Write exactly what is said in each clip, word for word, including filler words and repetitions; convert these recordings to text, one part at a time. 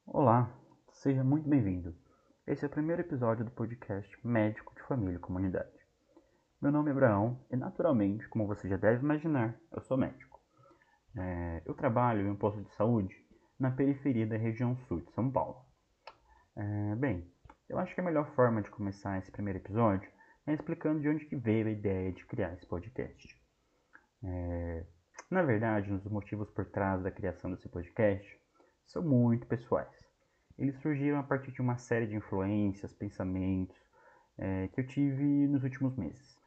Olá, seja muito bem-vindo. Esse é o primeiro episódio do podcast Médico de Família e Comunidade. Meu nome é Abraão e, naturalmente, como você já deve imaginar, eu sou médico. É, eu trabalho em um posto de saúde na periferia da região sul de São Paulo. É, bem, eu acho que a melhor forma de começar esse primeiro episódio é explicando de onde que veio a ideia de criar esse podcast. É, na verdade, os motivos por trás da criação desse podcast são muito pessoais. Eles surgiram a partir de uma série de influências, pensamentos é, que eu tive nos últimos meses.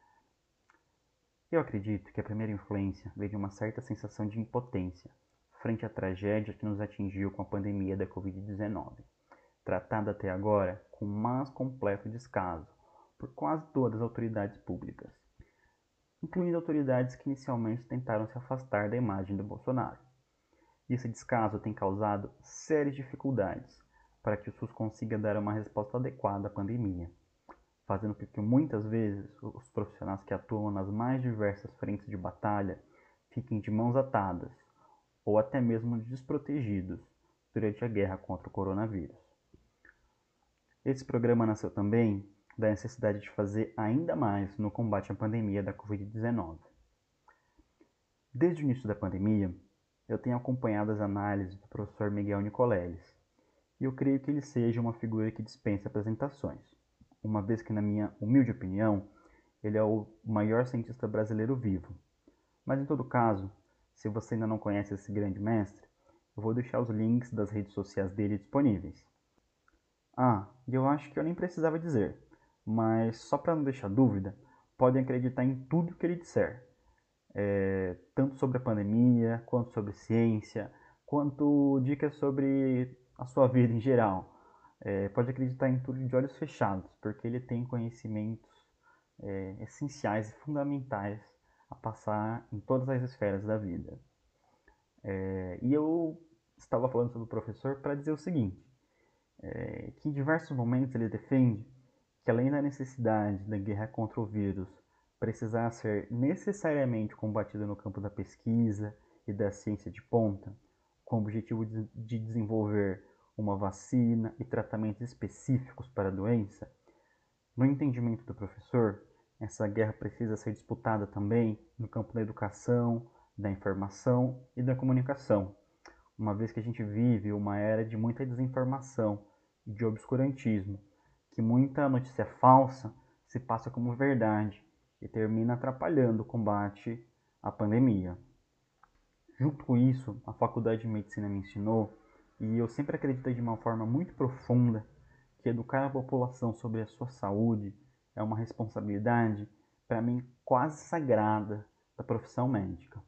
Eu acredito que a primeira influência veio de uma certa sensação de impotência frente à tragédia que nos atingiu com a pandemia da covid dezenove, tratada até agora com o mais completo descaso por quase todas as autoridades públicas, incluindo autoridades que inicialmente tentaram se afastar da imagem do Bolsonaro. E esse descaso tem causado sérias dificuldades para que o SUS consiga dar uma resposta adequada à pandemia, fazendo com que muitas vezes os profissionais que atuam nas mais diversas frentes de batalha fiquem de mãos atadas ou até mesmo desprotegidos durante a guerra contra o coronavírus. Esse programa nasceu também da necessidade de fazer ainda mais no combate à pandemia da covid dezenove. Desde o início da pandemia, eu tenho acompanhado as análises do professor Miguel Nicoleles, e eu creio que ele seja uma figura que dispensa apresentações, uma vez que, na minha humilde opinião, ele é o maior cientista brasileiro vivo. Mas, em todo caso, se você ainda não conhece esse grande mestre, eu vou deixar os links das redes sociais dele disponíveis. Ah, e eu acho que eu nem precisava dizer, mas só para não deixar dúvida, podem acreditar em tudo que ele disser, é, tanto sobre a pandemia, quanto sobre ciência, quanto dicas sobre a sua vida em geral. É, pode acreditar em tudo de olhos fechados, porque ele tem conhecimentos é, essenciais e fundamentais a passar em todas as esferas da vida. É, e eu estava falando sobre o professor para dizer o seguinte, é, que em diversos momentos ele defende que além da necessidade da guerra contra o vírus precisar ser necessariamente combatida no campo da pesquisa e da ciência de ponta, com o objetivo de desenvolver uma vacina e tratamentos específicos para a doença, no entendimento do professor, essa guerra precisa ser disputada também no campo da educação, da informação e da comunicação, uma vez que a gente vive uma era de muita desinformação e de obscurantismo, que muita notícia falsa se passa como verdade e termina atrapalhando o combate à pandemia. Junto com isso, a faculdade de medicina me ensinou, e eu sempre acreditei de uma forma muito profunda, que educar a população sobre a sua saúde é uma responsabilidade, para mim, quase sagrada da profissão médica.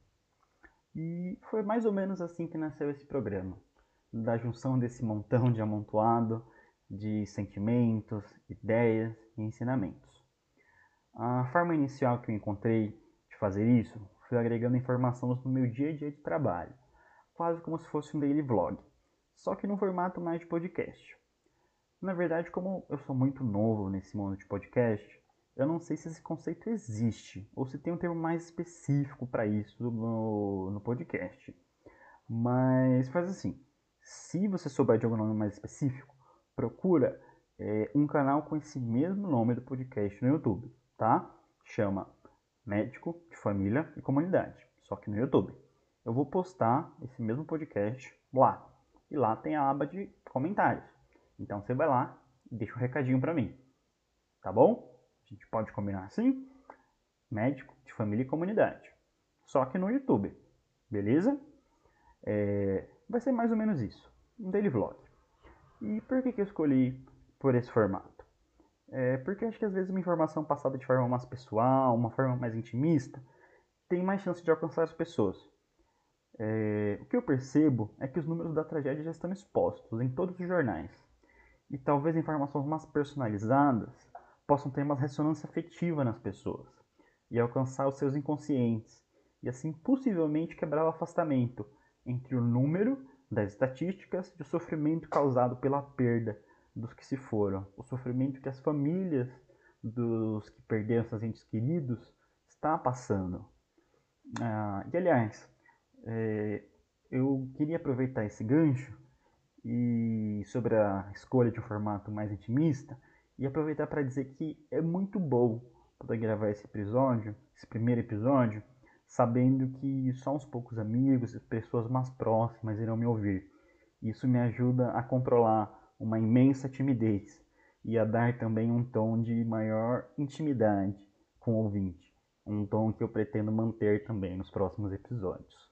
E foi mais ou menos assim que nasceu esse programa, da junção desse montão de amontoado de sentimentos, ideias e ensinamentos. A forma inicial que eu encontrei de fazer isso foi agregando informações no meu dia a dia de trabalho, quase como se fosse um daily vlog, só que no formato mais de podcast. Na verdade, como eu sou muito novo nesse mundo de podcast, eu não sei se esse conceito existe ou se tem um termo mais específico para isso no, no podcast. Mas faz assim, se você souber de algum nome mais específico, procura é, um canal com esse mesmo nome do podcast no YouTube, tá? Chama Médico de Família e Comunidade, só que no YouTube. Eu vou postar esse mesmo podcast lá. E lá tem a aba de comentários. Então você vai lá e deixa um recadinho pra mim, tá bom? A gente pode combinar assim? Médico de Família e Comunidade. Só que no YouTube, beleza? É, vai ser mais ou menos isso, um daily vlog. E por que, que eu escolhi por esse formato? É porque acho que às vezes uma informação passada de forma mais pessoal, uma forma mais intimista, tem mais chance de alcançar as pessoas. É, o que eu percebo é que os números da tragédia já estão expostos em todos os jornais. E talvez informações mais personalizadas possam ter uma ressonância afetiva nas pessoas e alcançar os seus inconscientes, e assim possivelmente quebrar o afastamento entre o número das estatísticas e o sofrimento causado pela perda dos que se foram, o sofrimento que as famílias dos que perderam seus entes queridos está passando. Ah, e aliás, é, eu queria aproveitar esse gancho e sobre a escolha de um formato mais intimista, e aproveitar para dizer que é muito bom poder gravar esse episódio, esse primeiro episódio, sabendo que só uns poucos amigos e pessoas mais próximas irão me ouvir. Isso me ajuda a controlar uma imensa timidez e a dar também um tom de maior intimidade com o ouvinte, um tom que eu pretendo manter também nos próximos episódios.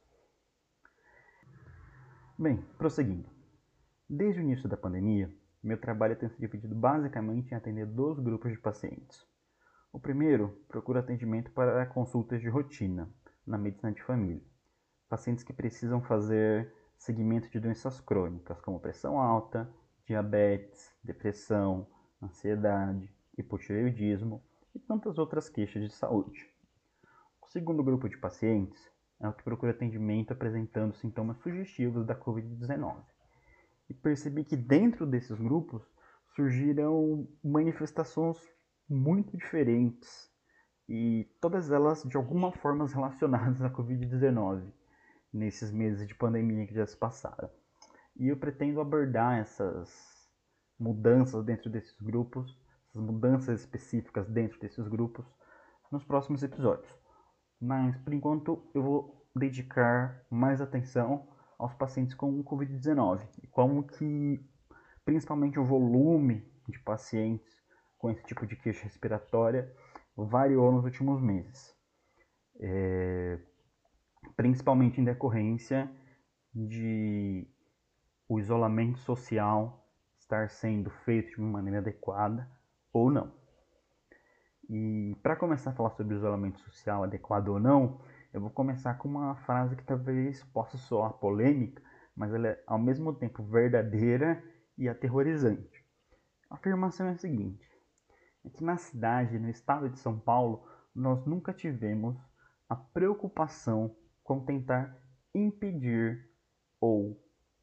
Bem, prosseguindo. Desde o início da pandemia, meu trabalho tem se dividido basicamente em atender dois grupos de pacientes. O primeiro procura atendimento para consultas de rotina na medicina de família. Pacientes que precisam fazer seguimento de doenças crônicas, como pressão alta, diabetes, depressão, ansiedade, hipotireoidismo e tantas outras queixas de saúde. O segundo grupo de pacientes é o que procura atendimento apresentando sintomas sugestivos da covid dezenove. E percebi que dentro desses grupos surgiram manifestações muito diferentes e todas elas de alguma forma relacionadas à covid dezenove nesses meses de pandemia que já se passaram. E eu pretendo abordar essas mudanças dentro desses grupos, essas mudanças específicas dentro desses grupos nos próximos episódios. Mas por enquanto eu vou dedicar mais atenção aos pacientes com covid dezenove e como que principalmente o volume de pacientes com esse tipo de queixa respiratória variou nos últimos meses, é, principalmente em decorrência de o isolamento social estar sendo feito de uma maneira adequada ou não. E para começar a falar sobre isolamento social adequado ou não, eu vou começar com uma frase que talvez possa soar polêmica, mas ela é ao mesmo tempo verdadeira e aterrorizante. A afirmação é a seguinte: é que na cidade, no estado de São Paulo, nós nunca tivemos a preocupação com tentar impedir ou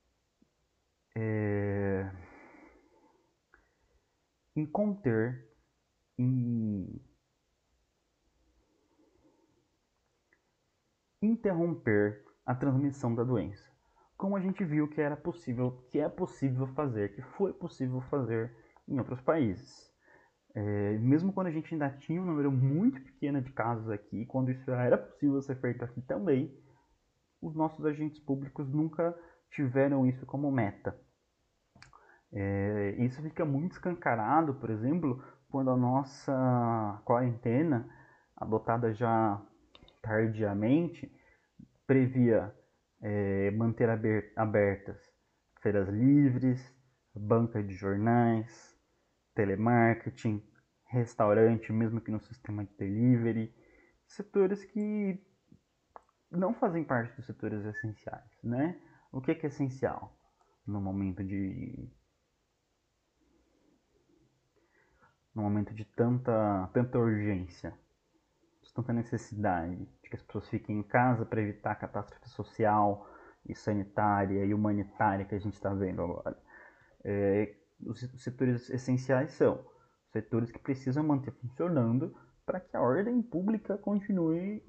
é, em conter, em interromper a transmissão da doença, como a gente viu que era possível, que é possível fazer, que foi possível fazer em outros países. É, mesmo quando a gente ainda tinha um número muito pequeno de casos aqui, quando isso era possível ser feito aqui também, os nossos agentes públicos nunca tiveram isso como meta. É, isso fica muito escancarado, por exemplo, quando a nossa quarentena, adotada já tardiamente, previa é, manter abertas feiras livres, banca de jornais, telemarketing, restaurante, mesmo que no sistema de delivery, setores que não fazem parte dos setores essenciais, né? O que é, que é essencial no momento de no momento de tanta tanta urgência, de tanta necessidade de que as pessoas fiquem em casa para evitar a catástrofe social e sanitária e humanitária que a gente está vendo agora. É, os setores essenciais são setores que precisam manter funcionando para que a ordem pública continue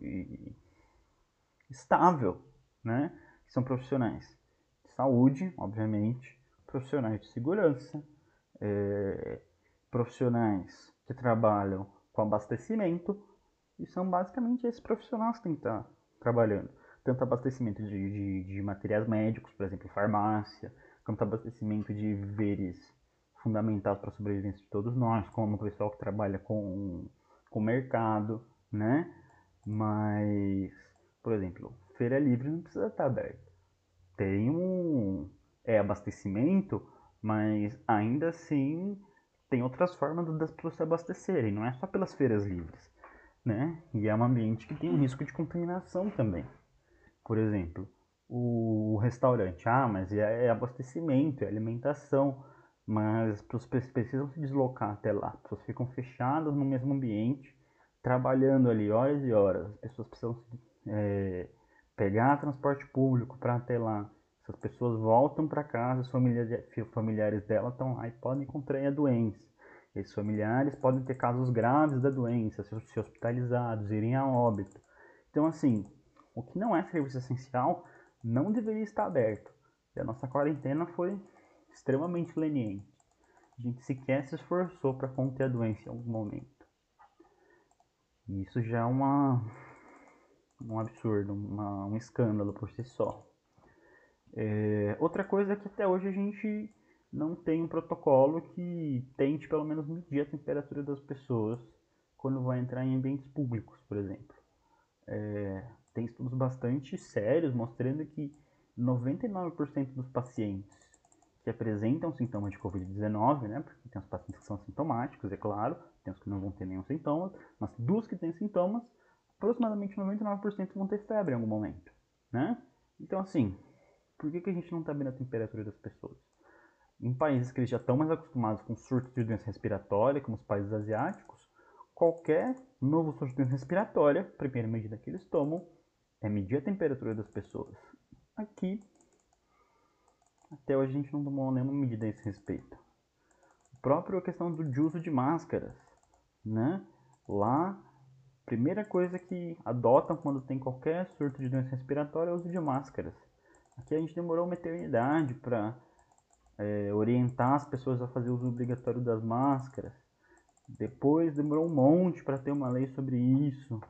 estável, né? Que são profissionais de saúde, obviamente, profissionais de segurança, é, profissionais que trabalham com abastecimento, e são basicamente esses profissionais que têm que estar trabalhando. Tanto abastecimento de, de, de materiais médicos, por exemplo, farmácia, quanto abastecimento de víveres fundamentais para a sobrevivência de todos nós, como o pessoal que trabalha com o mercado, né? Mas, por exemplo, feira livre não precisa estar aberta. Tem um é abastecimento, mas ainda assim tem outras formas das pessoas se abastecerem, não é só pelas feiras livres, né? E é um ambiente que tem um risco de contaminação também. Por exemplo, o restaurante, ah, mas é, é abastecimento, é alimentação, mas as pessoas precisam se deslocar até lá, as pessoas ficam fechadas no mesmo ambiente, trabalhando ali horas e horas, as pessoas precisam é, pegar transporte público para até lá, essas pessoas voltam para casa, os familiares, familiares dela estão lá e podem contrair a doença. Esses familiares podem ter casos graves da doença, ser hospitalizados, irem a óbito. Então, assim, o que não é serviço essencial não deveria estar aberto. E a nossa quarentena foi extremamente leniente. A gente sequer se esforçou para conter a doença em algum momento. E isso já é uma, um absurdo, uma, um escândalo por si só. É, outra coisa é que até hoje a gente não tem um protocolo que tente pelo menos medir a temperatura das pessoas quando vai entrar em ambientes públicos, por exemplo. É, tem estudos bastante sérios mostrando que noventa e nove por cento dos pacientes que apresentam sintomas de covid dezenove, né, porque tem os pacientes que são assintomáticos, é claro, tem os que não vão ter nenhum sintoma, mas dos que têm sintomas, aproximadamente noventa e nove por cento vão ter febre em algum momento, né? Então, assim, por que, que a gente não está vendo a temperatura das pessoas? Em países que eles já estão mais acostumados com surtos de doença respiratória, como os países asiáticos, qualquer novo surto de doença respiratória, a primeira medida que eles tomam é medir a temperatura das pessoas. Aqui, até hoje a gente não tomou nenhuma medida a esse respeito. A própria questão do de uso de máscaras, né? Lá, a primeira coisa que adotam quando tem qualquer surto de doença respiratória é o uso de máscaras. Aqui a gente demorou uma eternidade para é, orientar as pessoas a fazer o uso obrigatório das máscaras. Depois demorou um monte para ter uma lei sobre isso.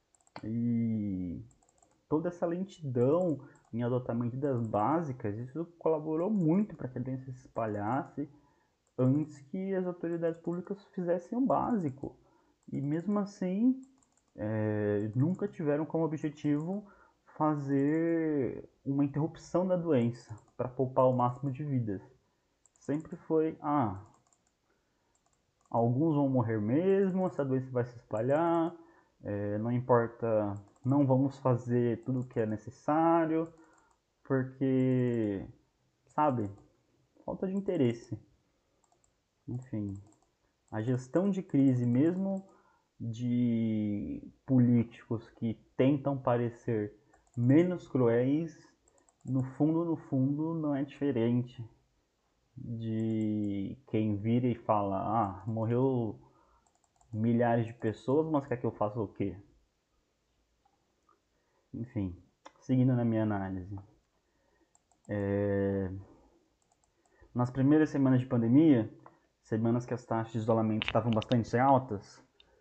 E toda essa lentidão em adotar medidas básicas, isso colaborou muito para que a doença se espalhasse antes que as autoridades públicas fizessem o básico. E mesmo assim, é, nunca tiveram como objetivo fazer uma interrupção da doença para poupar o máximo de vidas. Sempre foi, ah, alguns vão morrer mesmo, essa doença vai se espalhar, é, não importa, não vamos fazer tudo o que é necessário, porque, sabe, falta de interesse. Enfim, a gestão de crise, mesmo de políticos que tentam parecer menos cruéis, no fundo, no fundo, não é diferente de quem vira e fala, ah, morreu milhares de pessoas, mas quer que eu faça o quê? Enfim, seguindo na minha análise. É... Nas primeiras semanas de pandemia, semanas que as taxas de isolamento estavam bastante altas,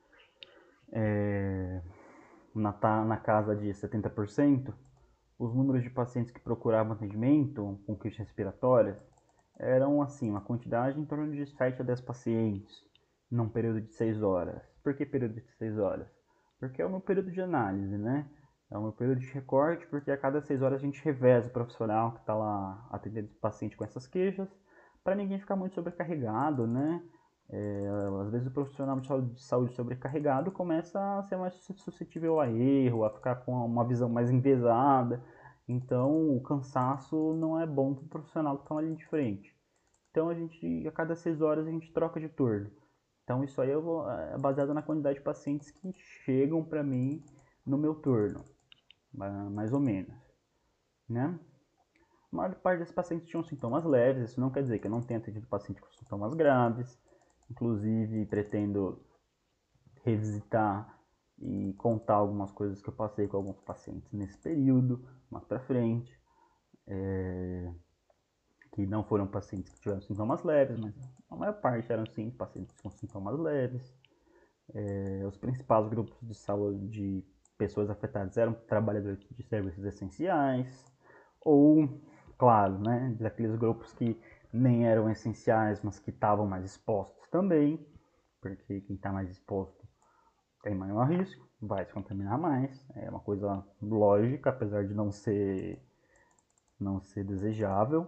é... na, na casa de setenta por cento, os números de pacientes que procuravam atendimento com queixas respiratórias eram assim, uma quantidade em torno de sete a dez pacientes num período de seis horas. Por que período de seis horas? Porque é o meu período de análise, né? É o meu período de recorte, porque a cada seis horas a gente reveza o profissional que está lá atendendo o paciente com essas queixas, para ninguém ficar muito sobrecarregado, né? É, às vezes o profissional de saúde sobrecarregado começa a ser mais suscetível a erro, a ficar com uma visão mais enviesada. Então o cansaço não é bom para o profissional que está ali de frente. Então a gente, a cada seis horas a gente troca de turno. Então isso aí eu vou, é baseado na quantidade de pacientes que chegam para mim no meu turno, mais ou menos, né? A maior parte desses pacientes tinham sintomas leves, isso não quer dizer que eu não tenha atendido paciente com sintomas graves. Inclusive pretendo revisitar e contar algumas coisas que eu passei com alguns pacientes nesse período, mais para frente, é, que não foram pacientes que tiveram sintomas leves, mas a maior parte eram sim pacientes com sintomas leves. É, os principais grupos de saúde de pessoas afetadas eram trabalhadores de serviços essenciais, ou, claro, né, daqueles grupos que nem eram essenciais, mas que estavam mais expostos também, porque quem está mais exposto tem maior risco, vai se contaminar mais, é uma coisa lógica, apesar de não ser, não ser desejável.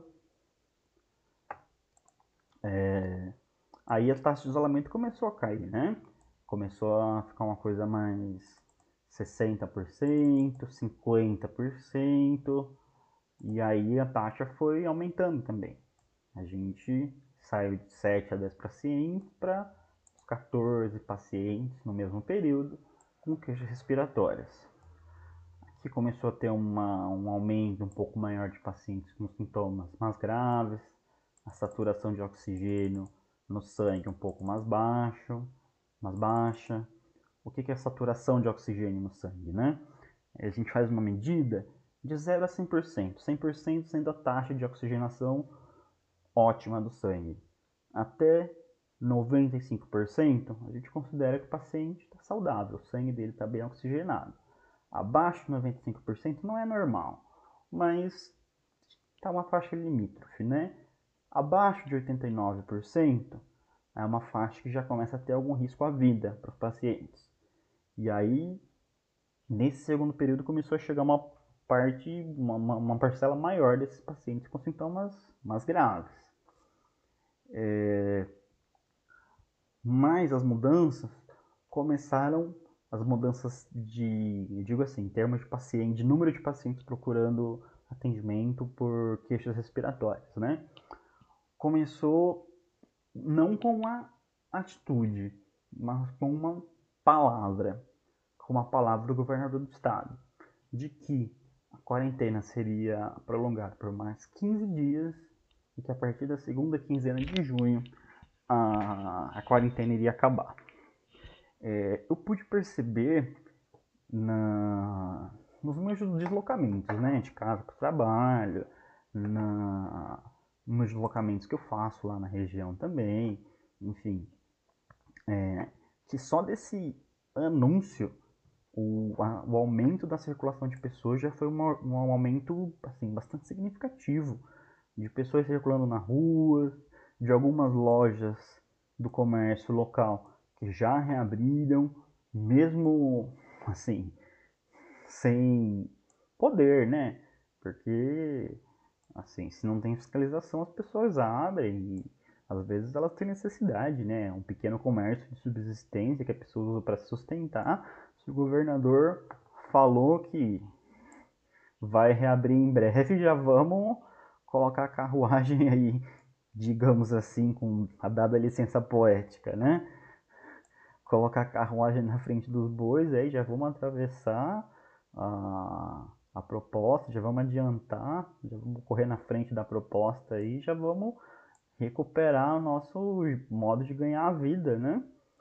É, aí a taxa de isolamento começou a cair, né? Começou a ficar uma coisa mais sessenta por cento, cinquenta por cento, e aí a taxa foi aumentando também. A gente saiu de sete a dez pacientes para quatorze pacientes no mesmo período com queixas respiratórias. Aqui começou a ter uma, um aumento um pouco maior de pacientes com sintomas mais graves, a saturação de oxigênio no sangue um pouco mais baixo, mais baixa. O que é a saturação de oxigênio no sangue, né? A gente faz uma medida de zero a cem por cento, cem por cento sendo a taxa de oxigenação ótima do sangue. Até noventa e cinco por cento, a gente considera que o paciente está saudável, o sangue dele está bem oxigenado. Abaixo de noventa e cinco por cento não é normal, mas está uma faixa limítrofe, né? Abaixo de oitenta e nove por cento é uma faixa que já começa a ter algum risco à vida para os pacientes. E aí, nesse segundo período, começou a chegar uma parte, uma, uma parcela maior desses pacientes com sintomas mais graves. É... Mas as mudanças começaram, as mudanças de, eu digo assim, em termos de paciente, de número de pacientes procurando atendimento por queixas respiratórias, né? Começou não com uma atitude, mas com uma palavra, com uma palavra do governador do estado, de que a quarentena seria prolongada por mais quinze dias e que a partir da segunda quinzena de junho a, a quarentena iria acabar. É, eu pude perceber na, nos meus deslocamentos, né, de casa para o trabalho, na, nos deslocamentos que eu faço lá na região também, enfim, é, que só desse anúncio o, a, o aumento da circulação de pessoas já foi uma, um aumento assim, bastante significativo de pessoas circulando na rua, de algumas lojas do comércio local que já reabriram, mesmo assim, sem poder, né? Porque, assim, se não tem fiscalização, as pessoas abrem e às vezes elas têm necessidade, né? Um pequeno comércio de subsistência que a pessoa usa para se sustentar. Se o governador falou que vai reabrir em breve, já vamos colocar a carruagem aí, digamos assim, com a dada licença poética, né? Colocar a carruagem na frente dos bois, aí já vamos atravessar a, a proposta, já vamos adiantar, já vamos correr na frente da proposta aí, já vamos recuperar o nosso modo de ganhar a vida, né?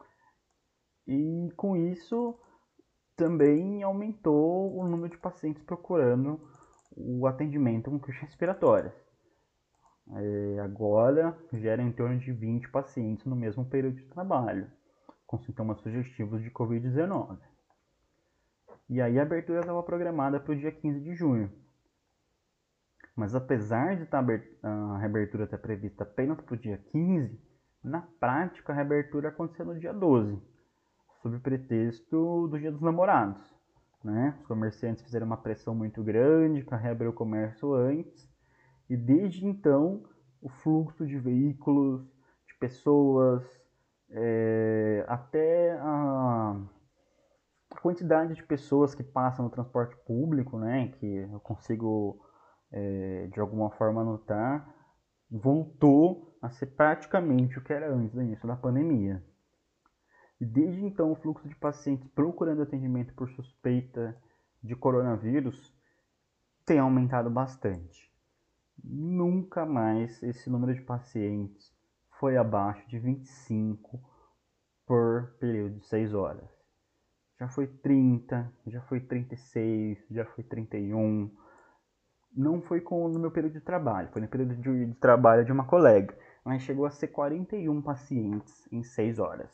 E com isso também aumentou o número de pacientes procurando o atendimento com queixas respiratórias. É, agora gera em torno de vinte pacientes no mesmo período de trabalho, com sintomas sugestivos de covid dezenove. E aí a abertura estava programada para o dia quinze de junho. Mas apesar de a reabertura estar prevista apenas para o dia quinze, na prática a reabertura aconteceu no dia doze, sob pretexto do Dia dos Namorados. Né? Os comerciantes fizeram uma pressão muito grande para reabrir o comércio antes, e desde então o fluxo de veículos, de pessoas, é, até a, a quantidade de pessoas que passam no transporte público, né, que eu consigo é, de alguma forma notar, voltou a ser praticamente o que era antes do início da pandemia. E desde então o fluxo de pacientes procurando atendimento por suspeita de coronavírus tem aumentado bastante. Nunca mais esse número de pacientes foi abaixo de vinte e cinco por período de seis horas. Já foi trinta, já foi trinta e seis, já foi trinta e um. Não foi com, no meu período de trabalho, foi no período de, de trabalho de uma colega, mas chegou a ser quarenta e um pacientes em seis horas.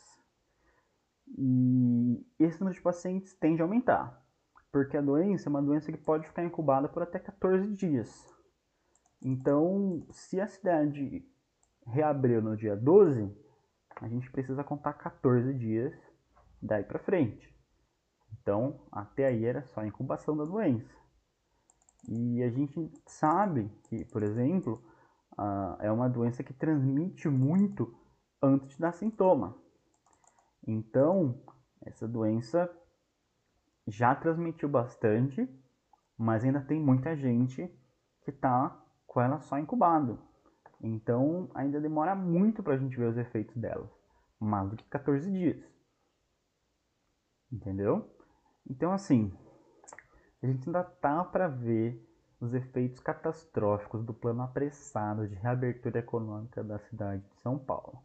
E esse número de pacientes tende a aumentar, porque a doença é uma doença que pode ficar incubada por até quatorze dias. Então, se a cidade reabriu no dia doze, a gente precisa contar quatorze dias daí para frente. Então, até aí era só a incubação da doença. E a gente sabe que, por exemplo, é uma doença que transmite muito antes de dar sintoma. Então, essa doença já transmitiu bastante, mas ainda tem muita gente que está com ela só incubado. Então, ainda demora muito para a gente ver os efeitos dela, mais do que quatorze dias. Entendeu? Então, assim, a gente ainda tá para ver os efeitos catastróficos do plano apressado de reabertura econômica da cidade de São Paulo.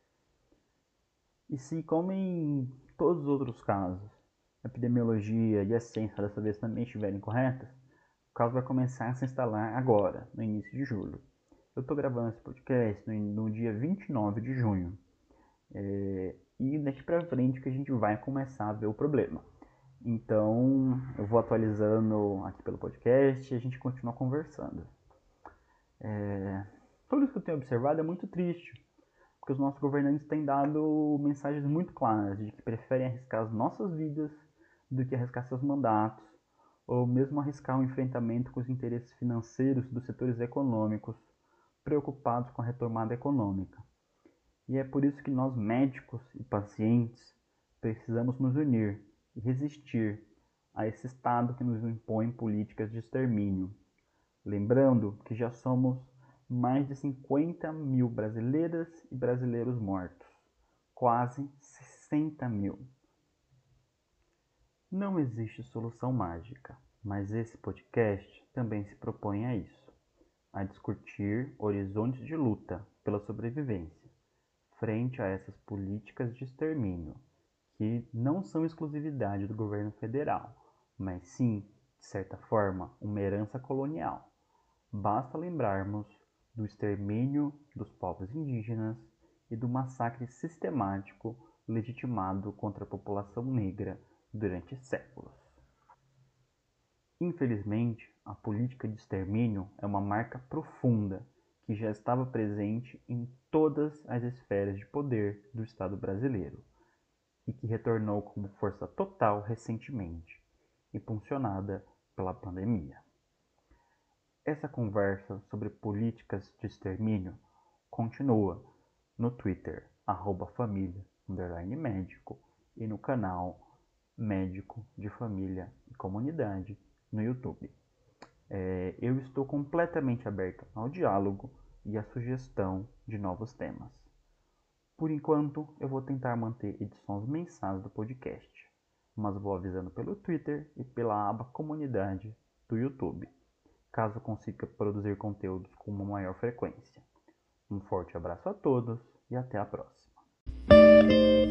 E se, como em todos os outros casos, a epidemiologia e a ciência dessa vez também estiverem corretas, o caso vai começar a se instalar agora, no início de julho. Eu estou gravando esse podcast no, no dia vinte e nove de junho. É, e daqui para frente que a gente vai começar a ver o problema. Então, eu vou atualizando aqui pelo podcast e a gente continua conversando. É, tudo isso que eu tenho observado é muito triste, porque os nossos governantes têm dado mensagens muito claras de que preferem arriscar as nossas vidas do que arriscar seus mandatos, ou mesmo arriscar o enfrentamento com os interesses financeiros dos setores econômicos, preocupados com a retomada econômica. E é por isso que nós, médicos e pacientes, precisamos nos unir e resistir a esse Estado que nos impõe políticas de extermínio. Lembrando que já somos mais de cinquenta mil brasileiras e brasileiros mortos, quase sessenta mil. Não existe solução mágica, mas esse podcast também se propõe a isso, a discutir horizontes de luta pela sobrevivência, frente a essas políticas de extermínio, que não são exclusividade do governo federal, mas sim, de certa forma, uma herança colonial. Basta lembrarmos do extermínio dos povos indígenas e do massacre sistemático legitimado contra a população negra durante séculos. Infelizmente, a política de extermínio é uma marca profunda que já estava presente em todas as esferas de poder do Estado brasileiro e que retornou como força total recentemente, impulsionada pela pandemia. Essa conversa sobre políticas de extermínio continua no Twitter, arroba família, underline médico, e no canal Médico de Família e Comunidade no YouTube. É, eu estou completamente aberto ao diálogo e à sugestão de novos temas. Por enquanto, eu vou tentar manter edições mensais do podcast, mas vou avisando pelo Twitter e pela aba Comunidade do YouTube, caso consiga produzir conteúdos com uma maior frequência. Um forte abraço a todos e até a próxima.